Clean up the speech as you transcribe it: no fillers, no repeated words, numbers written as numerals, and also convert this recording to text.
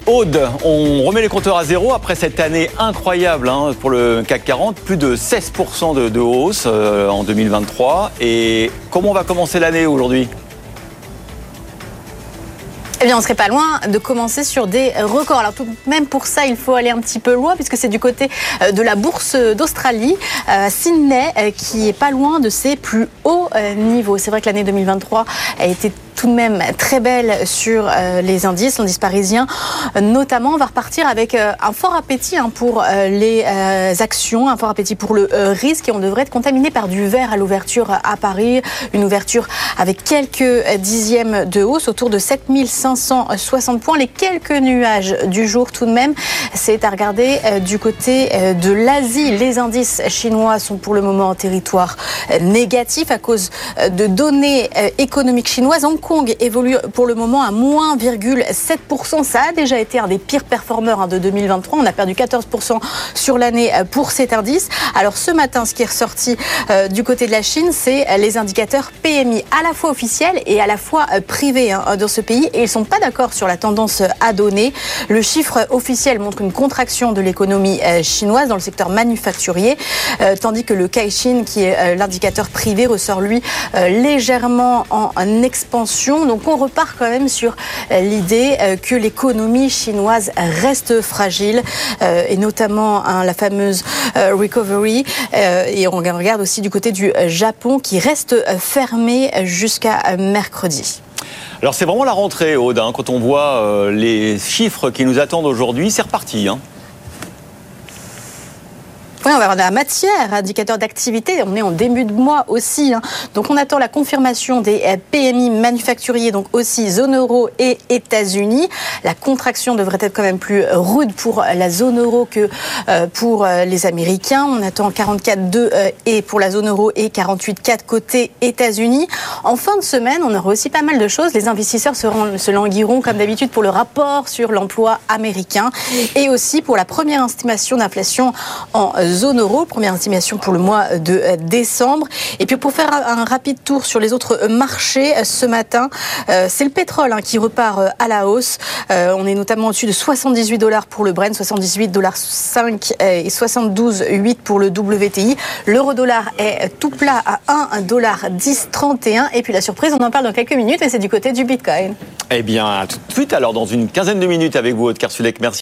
Aude, on remet les compteurs à zéro après cette année incroyable pour le CAC 40, plus de 16% de hausse en 2023. Et comment on va commencer l'année aujourd'hui ? Eh bien, on ne serait pas loin de commencer sur des records. Alors, tout de même, pour ça, il faut aller un petit peu loin, puisque c'est du côté de la bourse d'Australie, Sydney, qui est pas loin de ses plus hauts niveaux. C'est vrai que l'année 2023 a été tout de même très belle sur les indices, l'indice parisien notamment. On va repartir avec un fort appétit pour les actions, un fort appétit pour le risque, et on devrait être contaminé par du vert à l'ouverture à Paris, une ouverture avec quelques dixièmes de hausse, autour de 7560 points. Les quelques nuages du jour tout de même, c'est à regarder du côté de l'Asie. Les indices chinois sont pour le moment en territoire négatif à cause de données économiques chinoises. Hong Kong évolue pour le moment à moins 0,7%. Ça a déjà été un des pires performeurs de 2023. On a perdu 14% sur l'année pour cet indice. Alors ce matin, ce qui est ressorti du côté de la Chine, c'est les indicateurs PMI, à la fois officiels et à la fois privés dans ce pays. Et ils ne sont pas d'accord sur la tendance à donner. Le chiffre officiel montre une contraction de l'économie chinoise dans le secteur manufacturier, tandis que le Caixin, qui est l'indicateur privé, ressort lui légèrement en expansion. Donc on repart quand même sur l'idée que l'économie chinoise reste fragile, et notamment la fameuse recovery. Et on regarde aussi du côté du Japon, qui reste fermé jusqu'à mercredi. Alors c'est vraiment la rentrée, Aude, quand on voit les chiffres qui nous attendent aujourd'hui, c'est reparti. Oui, on va avoir de la matière, indicateur d'activité. On est en début de mois aussi. Donc, on attend la confirmation des PMI manufacturiers, donc aussi zone euro et États-Unis. La contraction devrait être quand même plus rude pour la zone euro que pour les Américains. On attend 44,2 et pour la zone euro et 48,4 côté États-Unis. En fin de semaine, on aura aussi pas mal de choses. Les investisseurs se languiront comme d'habitude pour le rapport sur l'emploi américain et aussi pour la première estimation d'inflation en zone euro, première estimation pour le mois de décembre. Et puis pour faire un rapide tour sur les autres marchés ce matin, c'est le pétrole qui repart à la hausse. On est notamment au-dessus de $78 pour le Brent, 78,5 et 72,8 pour le WTI. L'euro-dollar est tout plat à 1,1031. Et puis la surprise, on en parle dans quelques minutes, et c'est du côté du Bitcoin. Eh bien, tout de suite, alors dans une quinzaine de minutes avec vous, Aude Kersulek. Merci.